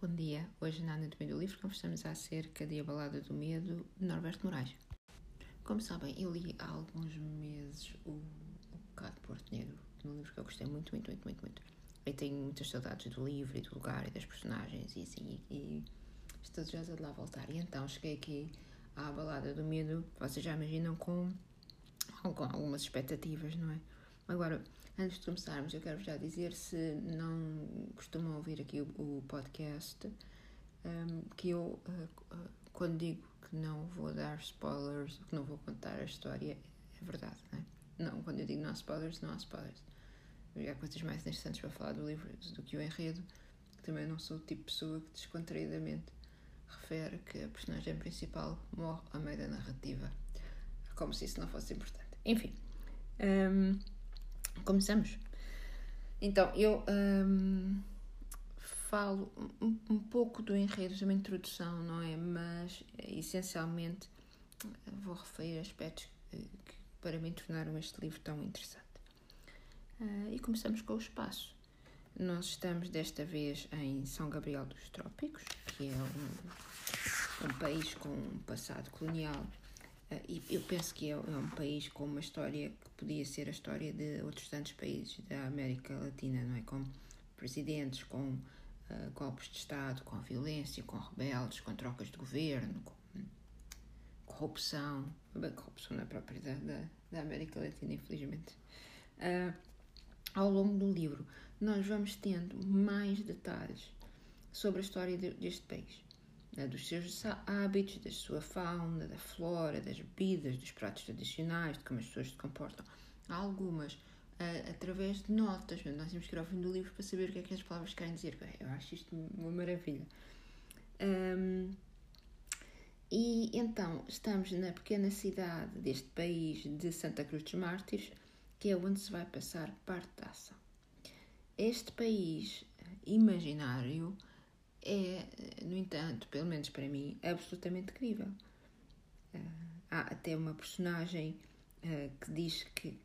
Bom dia, hoje na Anatomia do Livro conversamos acerca de A Balada do Medo, de Norberto Moraes. Como sabem, eu li há alguns meses o Bocado de Porto Negro, um livro que eu gostei muito. Eu tenho muitas saudades do livro e do lugar e das personagens e estou desejosa de lá voltar. E então cheguei aqui à Balada do Medo, vocês já imaginam, com algumas expectativas, não é? Agora, antes de começarmos, eu quero já dizer, se não costumam ouvir aqui o podcast, que eu, quando digo que não vou dar spoilers, que não vou contar a história, é verdade, não é? Não, quando eu digo não há spoilers, não há spoilers. Há coisas mais interessantes para falar do livro do que o enredo. Também não sou o tipo de pessoa que descontraídamente refere que a personagem principal morre a meio da narrativa, como se isso não fosse importante. Enfim, começamos. Então, eu falo um pouco do enredo, uma introdução, não é? Mas, essencialmente, vou referir aspectos que para mim tornaram este livro tão interessante. E começamos com o espaço. Nós estamos desta vez em São Gabriel dos Trópicos, que é um país com um passado colonial. E eu penso que é um país com uma história que podia ser a história de outros tantos países da América Latina, não é? Com presidentes, com golpes de Estado, com violência, com rebeldes, com trocas de governo, com corrupção. Bem, corrupção na própria da América Latina, infelizmente. Ao longo do livro, nós vamos tendo mais detalhes sobre a história deste país. Dos seus hábitos, da sua fauna, da flora, das bebidas, dos pratos tradicionais, de como as pessoas se comportam. Há algumas através de notas, nós temos que ir ao fim do livro para saber o que é que as palavras querem dizer. Eu acho isto uma maravilha. E então, estamos na pequena cidade deste país de Santa Cruz dos Mártires, que é onde se vai passar parte da ação. Este país imaginário é, no entanto, pelo menos para mim, absolutamente crível. Há até uma personagem que diz que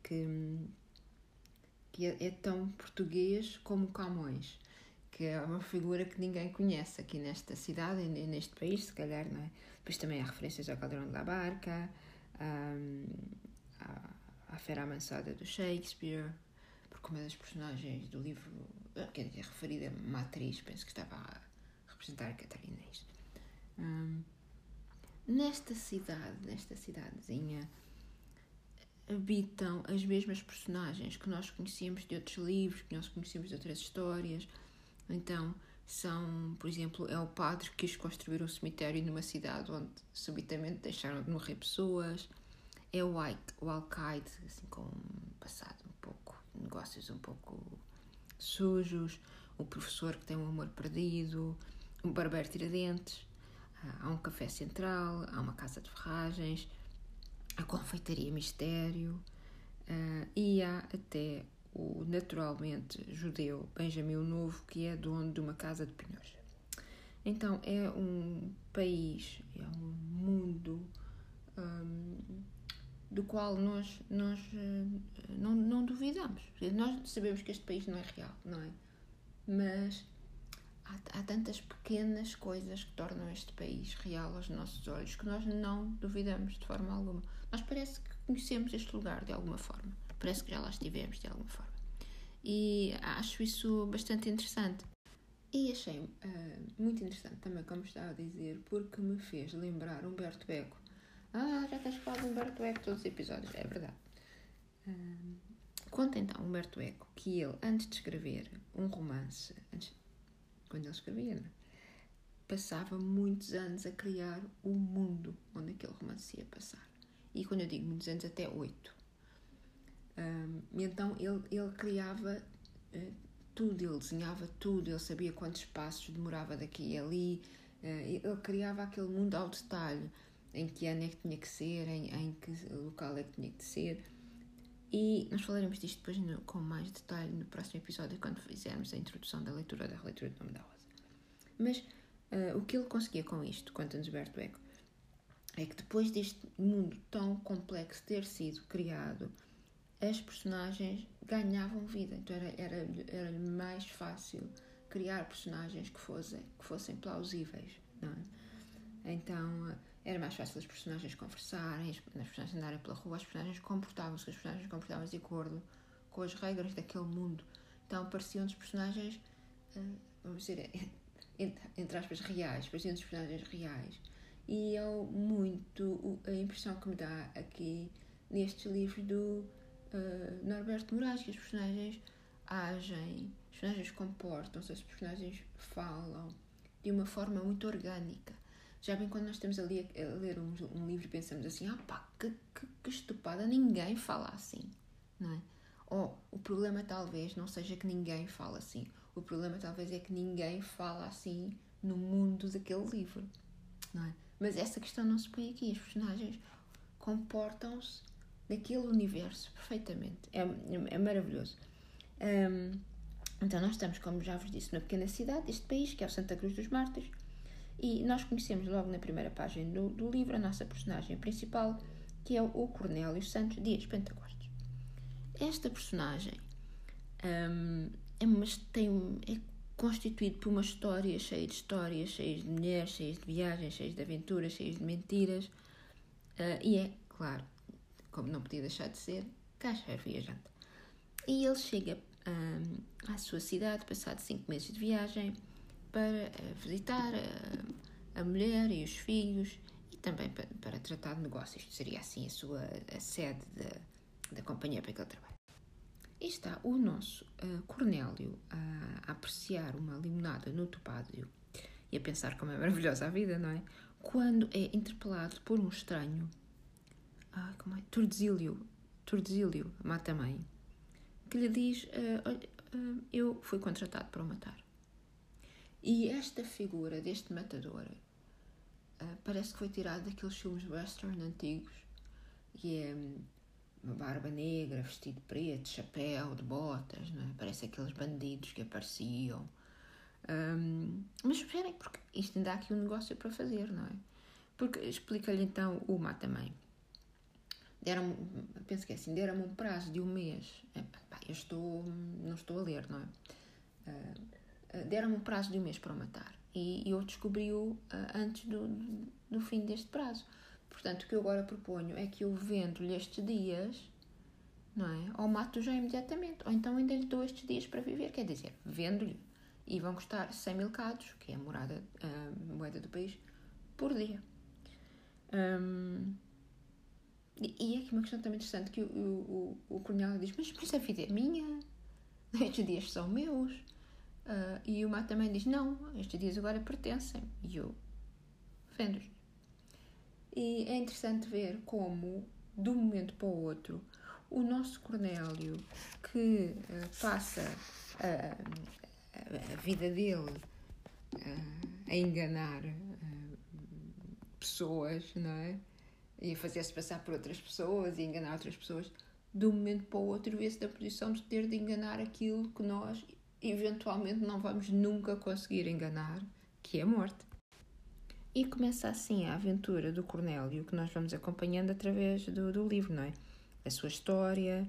é tão português como Camões, que é uma figura que ninguém conhece aqui nesta cidade e neste país, se calhar, não é? Depois também há referências ao Caldeirão de la Barca, à Fera Amansada do Shakespeare, porque uma das personagens do livro, quer dizer, referida a uma atriz, penso que estava a representar a Catarina Inês. Nesta cidadezinha, habitam as mesmas personagens que nós conhecemos de outros livros, que nós conhecemos de outras histórias. Então, são, por exemplo, é o padre que quis construir um cemitério numa cidade onde subitamente deixaram de morrer pessoas. É o alcaide, assim, com um passado um pouco, negócios um pouco sujos. O professor que tem um amor perdido. Um barbeiro Tiradentes. Há um café central. Há uma casa de ferragens. A confeitaria Mistério. E há até o naturalmente judeu Benjamin o Novo, que é dono de uma casa de penhores. Então é um país, é um mundo do qual nós não duvidamos. Nós sabemos que este país não é real, não é? Mas há tantas pequenas coisas que tornam este país real aos nossos olhos que nós não duvidamos de forma alguma. Nós parece que conhecemos este lugar de alguma forma. Parece que já lá estivemos de alguma forma. E acho isso bastante interessante. E achei muito interessante também, como estava a dizer, porque me fez lembrar Humberto Eco. Já estás a falar de Humberto Eco todos os episódios. É verdade. Conta então Humberto Eco que ele, antes de escrever um romance, quando ele escrevia, passava muitos anos a criar o mundo onde aquele romance ia passar. E quando eu digo muitos anos, até 8. E então ele criava tudo, ele desenhava tudo, ele sabia quantos passos demorava daqui e ali, ele criava aquele mundo ao detalhe, em que ano é que tinha que ser, em que local é que tinha que ser. E nós falaremos disto depois com mais detalhe no próximo episódio, quando fizermos a introdução da leitura do Nome da Rosa. Mas o que ele conseguia com isto, conta-nos Humberto Eco, é que depois deste mundo tão complexo ter sido criado, as personagens ganhavam vida. Então era mais fácil criar personagens que fossem plausíveis, não é? Então era mais fácil os personagens conversarem, os personagens andarem pela rua, os personagens comportavam-se de acordo com as regras daquele mundo. Então pareciam-nos personagens, vamos dizer, entre aspas, reais, pareciam-nos personagens reais. E é muito a impressão que me dá aqui nestes livros do Norberto Moraes, que os personagens agem, os personagens comportam-se, os personagens falam de uma forma muito orgânica. Já bem quando nós estamos ali a ler um livro e pensamos assim, que estupada, ninguém fala assim, não é? Ou o problema talvez não seja que ninguém fala assim, o problema talvez é que ninguém fala assim no mundo daquele livro, não é? Mas essa questão não se põe aqui, os personagens comportam-se naquele universo perfeitamente, é maravilhoso. Então nós estamos, como já vos disse, numa pequena cidade deste país, que é o Santa Cruz dos Mártires, e nós conhecemos logo na primeira página do livro a nossa personagem principal, que é o Cornélio Santos Dias Pentecostes. Esta personagem é constituído por uma história cheia de histórias, cheia de mulheres, cheia de viagens, cheia de aventuras, cheia de mentiras, e é, claro, como não podia deixar de ser, caixeiro viajante. E ele chega à sua cidade, passado 5 meses de viagem, para visitar a mulher e os filhos e também para tratar de negócios. Isto seria assim a sede da companhia para que ele trabalha. E está o nosso Cornélio a apreciar uma limonada no Topázio e a pensar como é maravilhosa a vida, não é? Quando é interpelado por um estranho, Tordesílio mata-mãe, que lhe diz, eu fui contratado para o matar. E esta figura deste matador parece que foi tirada daqueles filmes western antigos, e é uma barba negra, vestido preto, chapéu, de botas, não é? Parece aqueles bandidos que apareciam. Mas esperem, porque isto ainda há aqui um negócio para fazer, não é? Porque explica-lhe então o mata-mãe. Penso que é assim, deram-me um prazo de 1 mês. Não estou a ler, não é? Deram-me um prazo de 1 mês para o matar. E eu descobri-o antes do fim deste prazo. Portanto, o que eu agora proponho é que eu vendo-lhe estes dias, não é? Ou mato já imediatamente, ou então ainda lhe dou estes dias para viver. Quer dizer, vendo-lhe, e vão custar 100 mil cados, que é a moeda do país, por dia. E é aqui uma questão também interessante, que o Cornélio diz, mas a vida é minha, estes dias são meus. E o Mato também diz, não, estes dias agora pertencem, e eu vendo-os. E é interessante ver como, de um momento para o outro, o nosso Cornélio, que passa a vida dele a enganar pessoas, não é? E a fazer-se passar por outras pessoas e enganar outras pessoas, de um momento para o outro vê-se na posição de ter de enganar aquilo que nós eventualmente não vamos nunca conseguir enganar, que é a morte. E começa assim a aventura do Cornélio, que nós vamos acompanhando através do livro, não é? A sua história,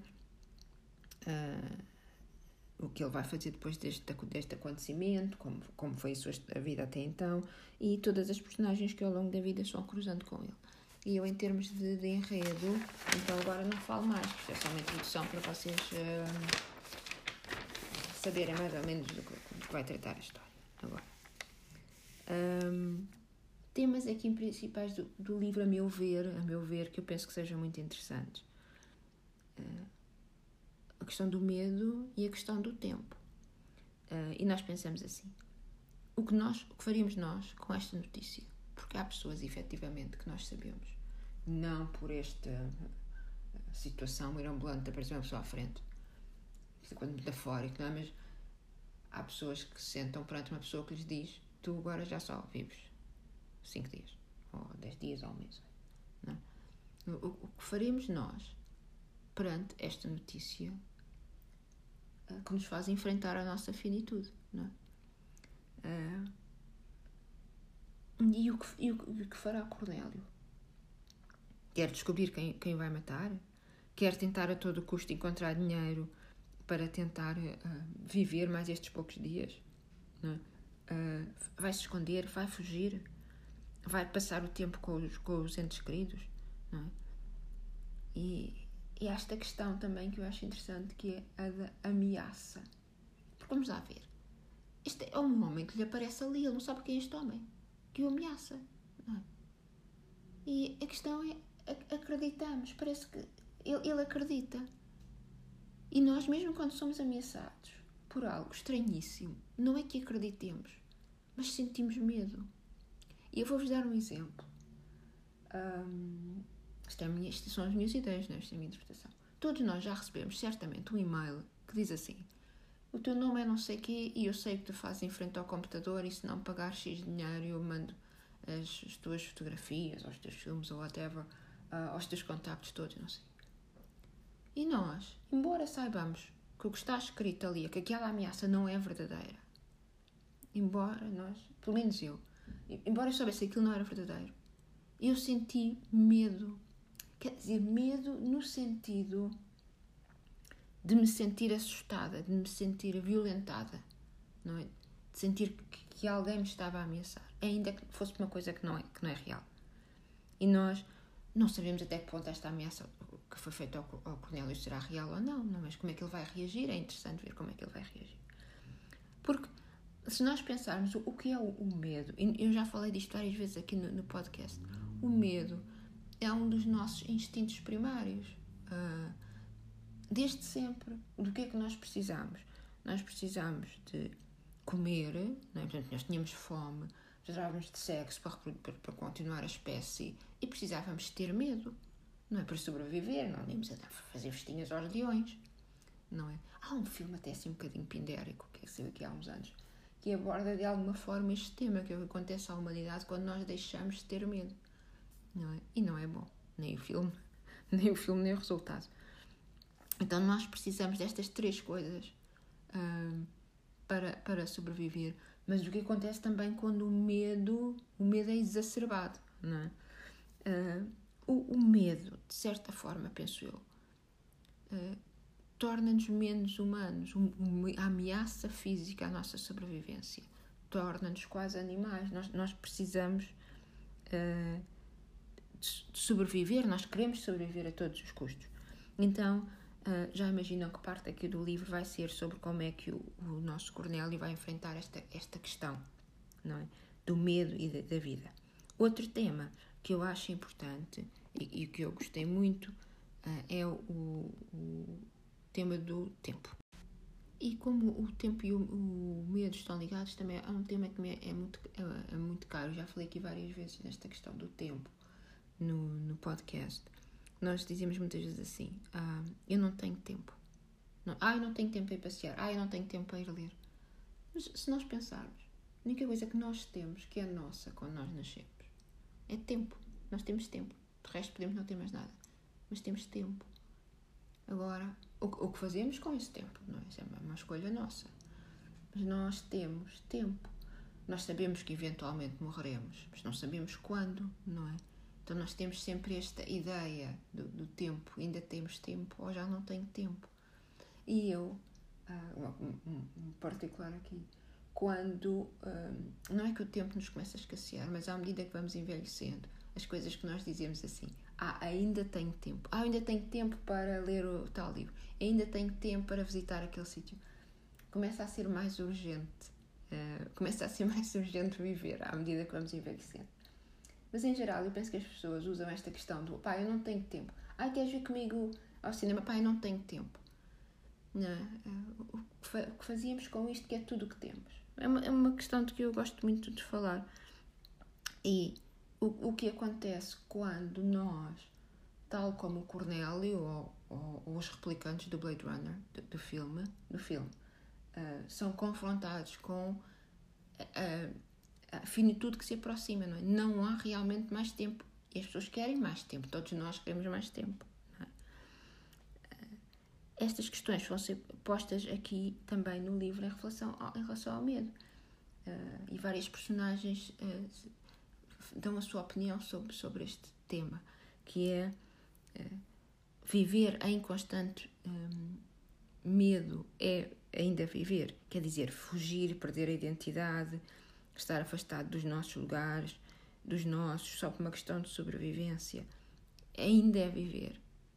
o que ele vai fazer depois deste acontecimento, como foi a vida até então, e todas as personagens que ao longo da vida se vão cruzando com ele. E eu, em termos de enredo, então agora não falo mais, porque é só uma introdução para vocês saberem mais ou menos do que vai tratar a história. Agora, temas aqui principais do livro, a meu ver, que eu penso que sejam muito interessantes. A questão do medo e a questão do tempo. E nós pensamos assim, o que faríamos nós com esta notícia? Porque há pessoas, efetivamente, que nós sabemos, não por esta situação mirabolante de aparecer uma pessoa à frente, quando metafórico, não é? Mas há pessoas que se sentam perante uma pessoa que lhes diz, tu agora já só vives 5 dias, ou 10 dias, ou 1 mês. Não é? O que faremos nós perante esta notícia que nos faz enfrentar a nossa finitude, não é? E o que fará Cornélio? Quer descobrir quem vai matar? Quer tentar a todo custo encontrar dinheiro para tentar viver mais estes poucos dias? não é? Vai se esconder, vai fugir, vai passar o tempo com os entes queridos, não é? E há esta questão também que eu acho interessante, que é a da ameaça. Porque vamos lá ver. Este é um homem que lhe aparece ali, ele não sabe quem é este homem, que o ameaça, não é? E a questão é, acreditamos, parece que ele acredita. E nós, mesmo quando somos ameaçados por algo estranhíssimo, não é que acreditemos, mas sentimos medo. E eu vou-vos dar um exemplo. Isto são as minhas ideias, não é? Isto é a minha interpretação. Todos nós já recebemos certamente um e-mail que diz assim: o teu nome é não sei quê e eu sei que tu fazes em frente ao computador e se não pagar X dinheiro eu mando as tuas fotografias, ou os teus filmes, ou whatever, aos teus contactos todos, não sei. E nós, embora saibamos que o que está escrito ali, que aquela ameaça não é verdadeira, embora nós, pelo menos eu, embora eu soubesse que aquilo não era verdadeiro, eu senti medo. Quer dizer, medo no sentido de me sentir assustada, de me sentir violentada, não é? De sentir que alguém me estava a ameaçar, ainda que fosse uma coisa que não é real. E nós não sabemos até que ponto esta ameaça que foi feita ao Cornélio será real ou não, mas como é que ele vai reagir? É interessante ver como é que ele vai reagir. Porque se nós pensarmos o que é o medo, e eu já falei disto várias vezes aqui no podcast, o medo é um dos nossos instintos primários. Desde sempre. Do que é que nós precisamos? Nós precisamos de comer, não é? Portanto, nós tínhamos fome, precisávamos de sexo para continuar a espécie e precisávamos de ter medo, não é? Para sobreviver, não íamos a fazer festinhas aos leões, não é? Há um filme até assim um bocadinho pindérico, que saiu aqui há uns anos, que aborda de alguma forma este tema, que é o que acontece à humanidade quando nós deixamos de ter medo, não é? E não é bom, nem o filme, nem o resultado. Então nós precisamos destas três coisas para sobreviver. Mas o que acontece também quando o medo é exacerbado, não é? O medo, de certa forma, penso eu, torna-nos menos humanos. A ameaça física à nossa sobrevivência torna-nos quase animais. Nós precisamos de sobreviver, nós queremos sobreviver a todos os custos. Então, já imaginam que parte aqui do livro vai ser sobre como é que o nosso Cornélio vai enfrentar esta questão, não é? Do medo e da vida. Outro tema que eu acho importante e que eu gostei muito é o tema do tempo. E como o tempo e o medo estão ligados, também é um tema que me é muito caro. Já falei aqui várias vezes nesta questão do tempo no podcast. Nós dizemos muitas vezes assim: eu não tenho tempo. Eu não tenho tempo para ir passear. Eu não tenho tempo para ir ler. Mas se nós pensarmos, a única coisa que nós temos, que é nossa quando nós nascemos, é tempo. Nós temos tempo. De resto podemos não ter mais nada. Mas temos tempo. Agora, o que fazemos com esse tempo? Não é? Isso é uma escolha nossa. Mas nós temos tempo. Nós sabemos que eventualmente morreremos, mas não sabemos quando, não é? Então nós temos sempre esta ideia do tempo. Ainda temos tempo ou já não tenho tempo. E eu, um particular aqui, quando, não é que o tempo nos começa a escassear, mas à medida que vamos envelhecendo, as coisas que nós dizemos assim: ainda tenho tempo. Ainda tenho tempo para ler o tal livro. Ainda tenho tempo para visitar aquele sítio. Começa a ser mais urgente. Começa a ser mais urgente viver à medida que vamos envelhecendo. Mas em geral eu penso que as pessoas usam esta questão do eu não tenho tempo. Queres vir comigo ao cinema? Eu não tenho tempo. Não, o que fazíamos com isto, que é tudo o que temos. É uma questão de que eu gosto muito de falar. E o que acontece quando nós, tal como o Cornélio ou os replicantes do Blade Runner, do filme, são confrontados com a finitude que se aproxima, não é? Não há realmente mais tempo. E as pessoas querem mais tempo. Todos nós queremos mais tempo. Não é? Estas questões vão ser postas aqui também no livro em relação ao medo. E várias personagens dão a sua opinião sobre este tema, que é viver em constante medo é ainda viver. Quer dizer, fugir, perder a identidade, estar afastado dos nossos lugares, dos nossos, só por uma questão de sobrevivência. Ainda é viver.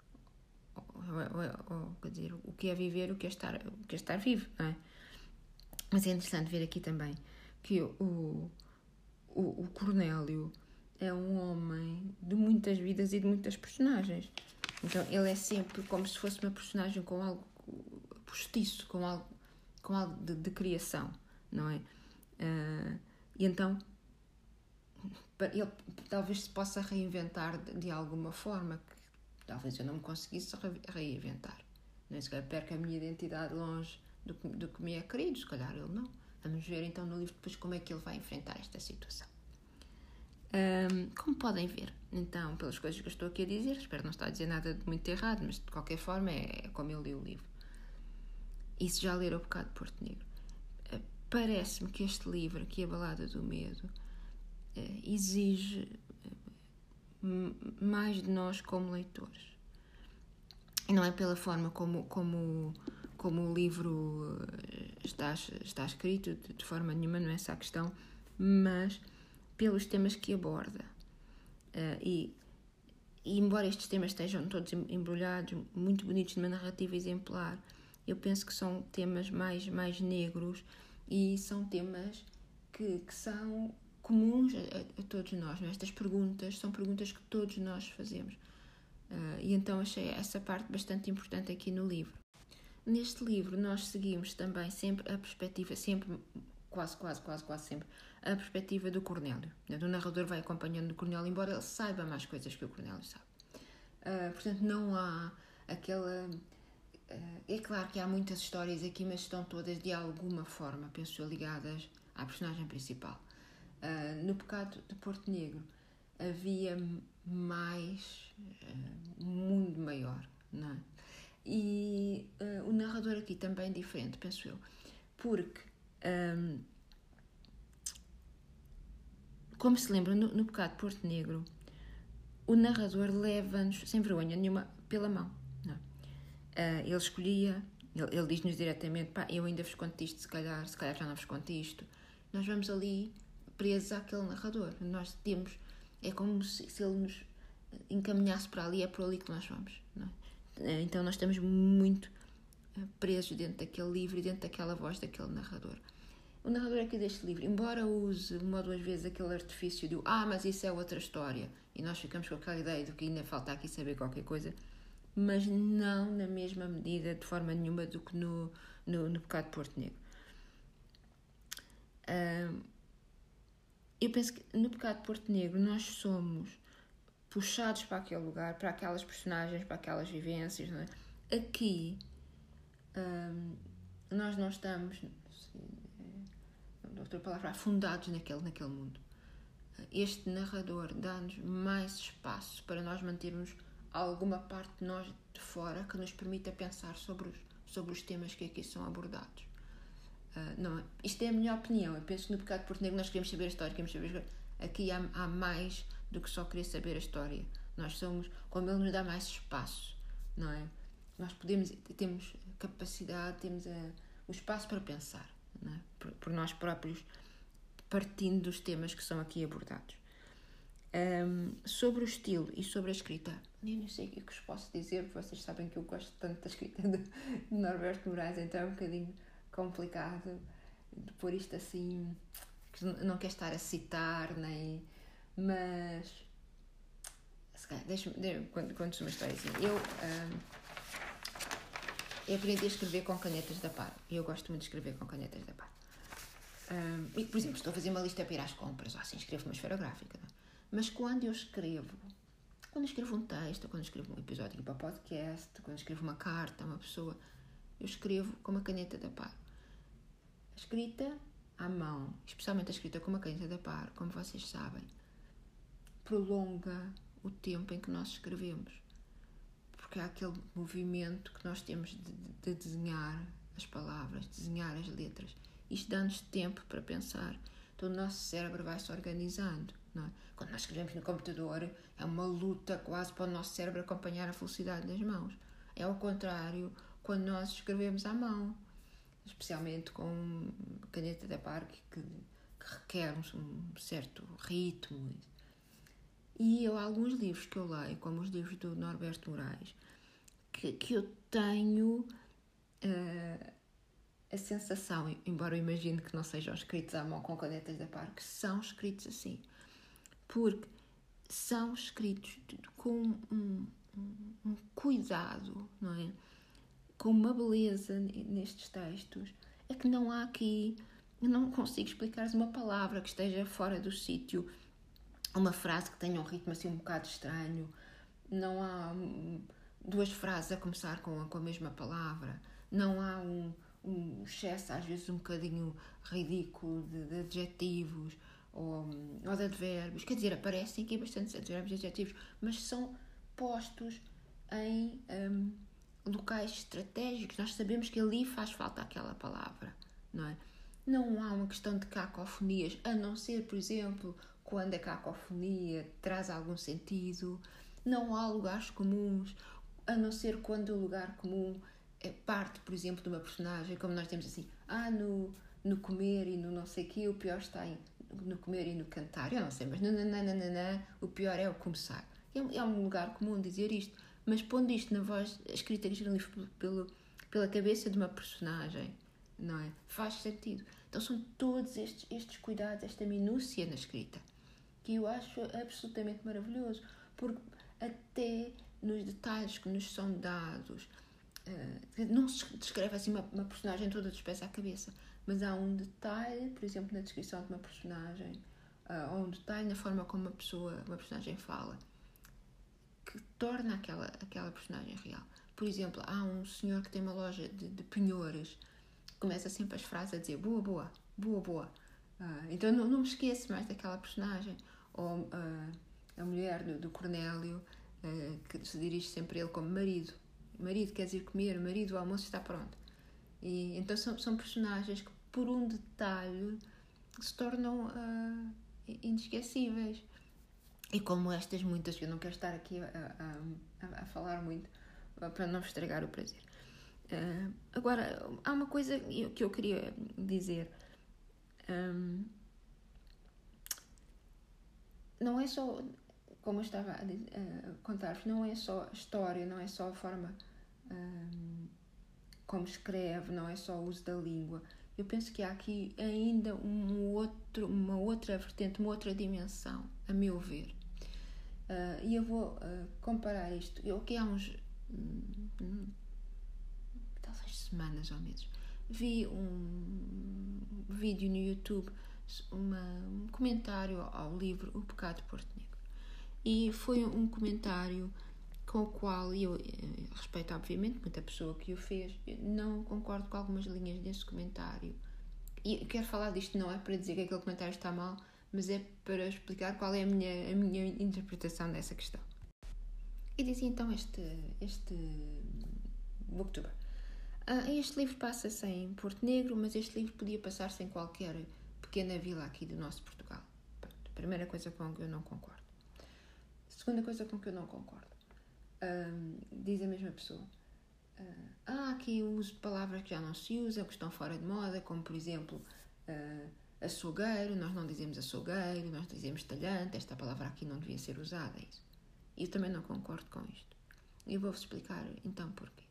Quer dizer, o que é viver, o que é estar vivo, não é? Mas é interessante ver aqui também que o Cornélio é um homem de muitas vidas e de muitas personagens. Então ele é sempre como se fosse uma personagem com algo postiço, com algo de criação, não é? E então ele talvez se possa reinventar de alguma forma, que talvez eu não me conseguisse reinventar. Nem sequer perco a minha identidade longe do que me é querido, se calhar ele não. Vamos ver então no livro depois como é que ele vai enfrentar esta situação. Como podem ver, então, pelas coisas que eu estou aqui a dizer, espero não estar a dizer nada de muito errado, mas de qualquer forma é como eu li o livro. E se já leram O Pecado de Porto Negro, parece-me que este livro aqui, A Balada do Medo, exige mais de nós como leitores. E não é pela forma como o livro está escrito, de forma nenhuma, não é essa a questão, mas pelos temas que aborda. E embora estes temas estejam todos embrulhados, muito bonitos, numa narrativa exemplar, eu penso que são temas mais negros e são temas que são comuns a todos nós. Não é? Estas perguntas são perguntas que todos nós fazemos. E então achei essa parte bastante importante aqui no livro. Neste livro nós seguimos também sempre a perspectiva, quase sempre, a perspectiva do Cornélio. O narrador vai acompanhando o Cornélio, embora ele saiba mais coisas que o Cornélio sabe. Portanto, não há aquela... é claro que há muitas histórias aqui, mas estão todas de alguma forma, penso eu, ligadas à personagem principal. No Pecado de Porto Negro havia mais um mundo maior, não é? E o narrador aqui também é diferente, penso eu, porque como se lembra, no Pecado de Porto Negro, o narrador leva-nos sem vergonha nenhuma pela mão, não é? Ele escolhia, ele diz-nos diretamente, eu ainda vos conto isto, se calhar já não vos conto isto. Nós vamos ali presos àquele narrador. Nós temos, é como se ele nos encaminhasse para ali, é por ali que nós vamos, não é? Então nós estamos muito presos dentro daquele livro e dentro daquela voz daquele narrador. O narrador aqui deste livro, embora use uma ou duas vezes aquele artifício do mas isso é outra história, e nós ficamos com aquela ideia de que ainda falta aqui saber qualquer coisa, mas não na mesma medida, de forma nenhuma, do que no Pecado de Porto Negro. Eu penso que no Pecado de Porto Negro nós somos puxados para aquele lugar, para aquelas personagens, para aquelas vivências, não é? Aqui nós não estamos, outra palavra, afundados naquele mundo. Este narrador dá-nos mais espaço para nós mantermos alguma parte de nós de fora que nos permita pensar sobre os temas que aqui são abordados. Não é? Isto é a minha opinião. Eu penso que no Pecado de Porto Negro nós queremos saber a história, queremos saber a história. Aqui há mais do que só querer saber a história. Nós somos, como ele nos dá mais espaço, não é? Nós temos capacidade, temos o espaço para pensar, não é? Por nós próprios, partindo dos temas que são aqui abordados. Sobre o estilo e sobre a escrita, eu não sei o que vos posso dizer, porque vocês sabem que eu gosto tanto da escrita de Norberto Moraes, então é um bocadinho complicado de pôr isto assim, que não quero estar a citar, mas conto-vos uma história assim. Eu aprendi a escrever com canetas da Par, e eu gosto muito de escrever com canetas da Par. E, por exemplo, estou a fazer uma lista para ir às compras, ou assim, escrevo uma esferográfica, não é? Mas quando eu escrevo um texto, quando escrevo um episódio para podcast, quando escrevo uma carta a uma pessoa, eu escrevo com uma caneta da Par. A escrita à mão, especialmente a escrita com uma caneta da Par, como vocês sabem, prolonga o tempo em que nós escrevemos. Porque há aquele movimento que nós temos de desenhar as palavras, desenhar as letras. Isto dá-nos tempo para pensar. Então o nosso cérebro vai se organizando. Não é? Quando nós escrevemos no computador, é uma luta quase para o nosso cérebro acompanhar a velocidade das mãos. É ao contrário quando nós escrevemos à mão. especialmente com caneta de Parque, que requer um certo ritmo. E há alguns livros que eu leio, como os livros do Norberto Moraes, que eu tenho a sensação, embora eu imagine que não sejam escritos à mão com canetas de Parque, são escritos assim. Porque são escritos com um cuidado, não é? Com uma beleza nestes textos. É que não há aqui, eu não consigo explicar uma palavra que esteja fora do sítio, uma frase que tenha um ritmo assim um bocado estranho, não há duas frases a começar com a mesma palavra, não há um excesso às vezes um bocadinho ridículo de adjetivos ou de advérbios, quer dizer, aparecem aqui bastantes advérbios e adjetivos, mas são postos em locais estratégicos. Nós sabemos que ali faz falta aquela palavra, não é? Não há uma questão de cacofonias, a não ser, por exemplo, quando a cacofonia traz algum sentido. Não há lugares comuns, a não ser quando o lugar comum é parte, por exemplo, de uma personagem, como nós temos assim, no comer e no não sei o quê, o pior está no comer e no cantar. Eu não sei, mas o pior é o começar. É um lugar comum dizer isto, mas pondo isto na voz escrita pela cabeça de uma personagem, não é? Faz sentido. Então são todos estes cuidados, esta minúcia na escrita, que eu acho absolutamente maravilhoso, porque até nos detalhes que nos são dados, não se descreve assim uma personagem toda de pés à cabeça, mas há um detalhe, por exemplo, na descrição de uma personagem, ou um detalhe na forma como uma personagem fala, que torna aquela personagem real. Por exemplo, há um senhor que tem uma loja de penhores, começa sempre as frases a dizer boa, boa, boa, boa. Então não me esqueço mais daquela personagem. Ou a mulher do Cornélio, que se dirige sempre a ele como marido. Marido, queres ir comer? Marido, o almoço está pronto. E então são personagens que, por um detalhe, se tornam inesquecíveis. E como estas muitas, eu não quero estar aqui a falar muito para não estragar o prazer. Agora, há uma coisa que eu queria dizer. Não é só, como eu estava a contar-vos, não é só a história, não é só a forma como escreve, não é só o uso da língua. Eu penso que há aqui ainda uma outra vertente, uma outra dimensão, a meu ver. E eu vou comparar isto. Eu aqui há uns talvez semanas ou meses vi um vídeo no YouTube, um comentário ao livro O Pecado de Porto Negro, e foi um comentário com o qual eu respeito obviamente muita pessoa que o fez. Eu não concordo com algumas linhas desse comentário, e quero falar disto não é para dizer que aquele comentário está mal, mas é para explicar qual é a minha interpretação dessa questão. E dizia então este booktuber: este livro passa-se em Porto Negro, mas este livro podia passar-se em qualquer pequena vila aqui do nosso Portugal. Pronto, primeira coisa com que eu não concordo. Segunda coisa com que eu não concordo. Diz a mesma pessoa: aqui o uso de palavras que já não se usam, que estão fora de moda, como por exemplo açougueiro. Nós não dizemos açougueiro, nós dizemos talhante. Esta palavra aqui não devia ser usada. É isso. E eu também não concordo com isto. E vou-vos explicar então porquê.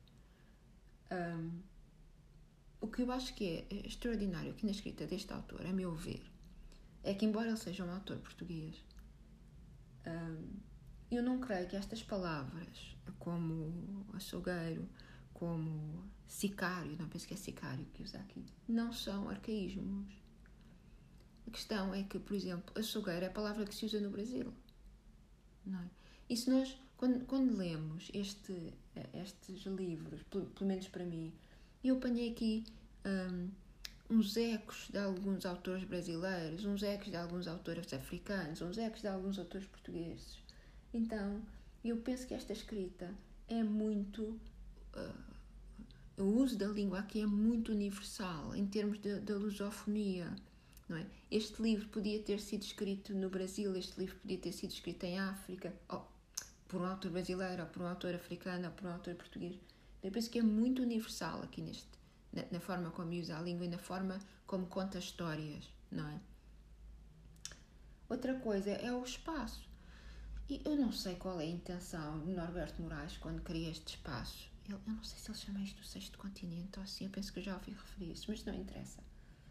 O que eu acho que é extraordinário aqui na escrita deste autor, a meu ver, é que, embora ele seja um autor português, eu não creio que estas palavras, como açougueiro, como sicário, não penso que é sicário que usa aqui, não são arcaísmos. A questão é que, por exemplo, açougueiro é a palavra que se usa no Brasil, não é? E se nós, quando lemos estes livros, pelo menos para mim, eu apanhei aqui uns ecos de alguns autores brasileiros, uns ecos de alguns autores africanos, uns ecos de alguns autores portugueses. Então, eu penso que esta escrita é muito... o uso da língua aqui é muito universal, em termos da lusofonia, não é? Este livro podia ter sido escrito no Brasil, este livro podia ter sido escrito em África, por um autor brasileiro, ou por um autor africano, ou por um autor português. Eu penso que é muito universal aqui na forma como usa a língua e na forma como conta histórias, não é? Outra coisa é o espaço. E eu não sei qual é a intenção de Norberto Moraes quando cria este espaço. Eu não sei se ele chama isto do sexto continente ou assim, eu penso que eu já ouvi referir isso, mas não interessa.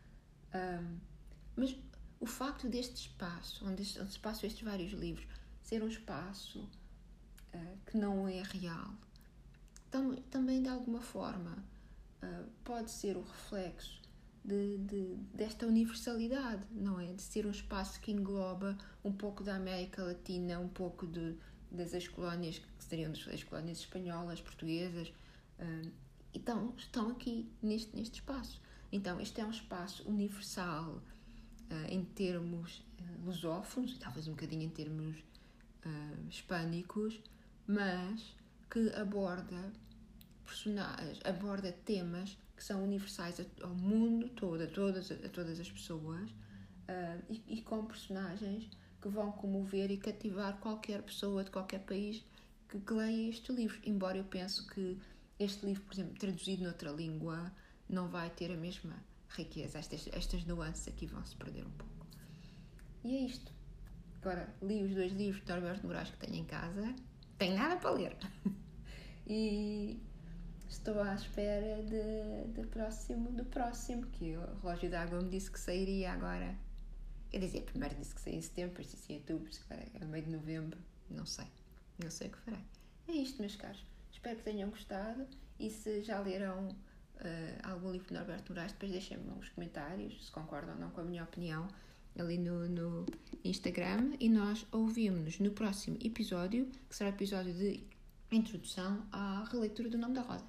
Mas o facto deste espaço, onde se passam estes vários livros, ser um espaço que não é real, também de alguma forma pode ser o reflexo desta universalidade, não é? De ser um espaço que engloba um pouco da América Latina, um pouco das ex-colónias, que seriam as ex-colónias espanholas, portuguesas, então estão aqui neste espaço. Então este é um espaço universal em termos lusófonos, e talvez um bocadinho em termos hispânicos, mas que aborda temas que são universais ao mundo todo, a todas as pessoas, e com personagens que vão comover e cativar qualquer pessoa de qualquer país que leia este livro. Embora eu penso que este livro, por exemplo, traduzido noutra língua, não vai ter a mesma riqueza. Estas nuances aqui vão se perder um pouco. E é isto. Agora, li os 2 livros de Norberto Moraes que tenho em casa. Tenho nada para ler. E estou à espera do próximo, que o Relógio d'Água me disse que sairia agora. Quer dizer, primeiro disse que saía em setembro, depois disse em outubro, é meio de novembro, não sei o que farei. É isto, meus caros. Espero que tenham gostado e se já leram algum livro de Norberto Moraes, depois deixem-me nos comentários se concordam ou não com a minha opinião ali no Instagram, e nós ouvimos-nos no próximo episódio, que será o episódio de introdução à releitura do Nome da Rosa.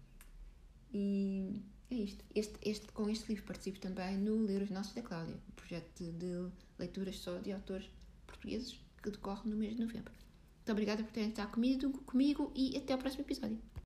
E é isto. Com este livro participo também no Ler os Nossos da Cláudia, um projeto de leituras só de autores portugueses que decorre no mês de novembro. Muito obrigada por terem estado comigo e até ao próximo episódio.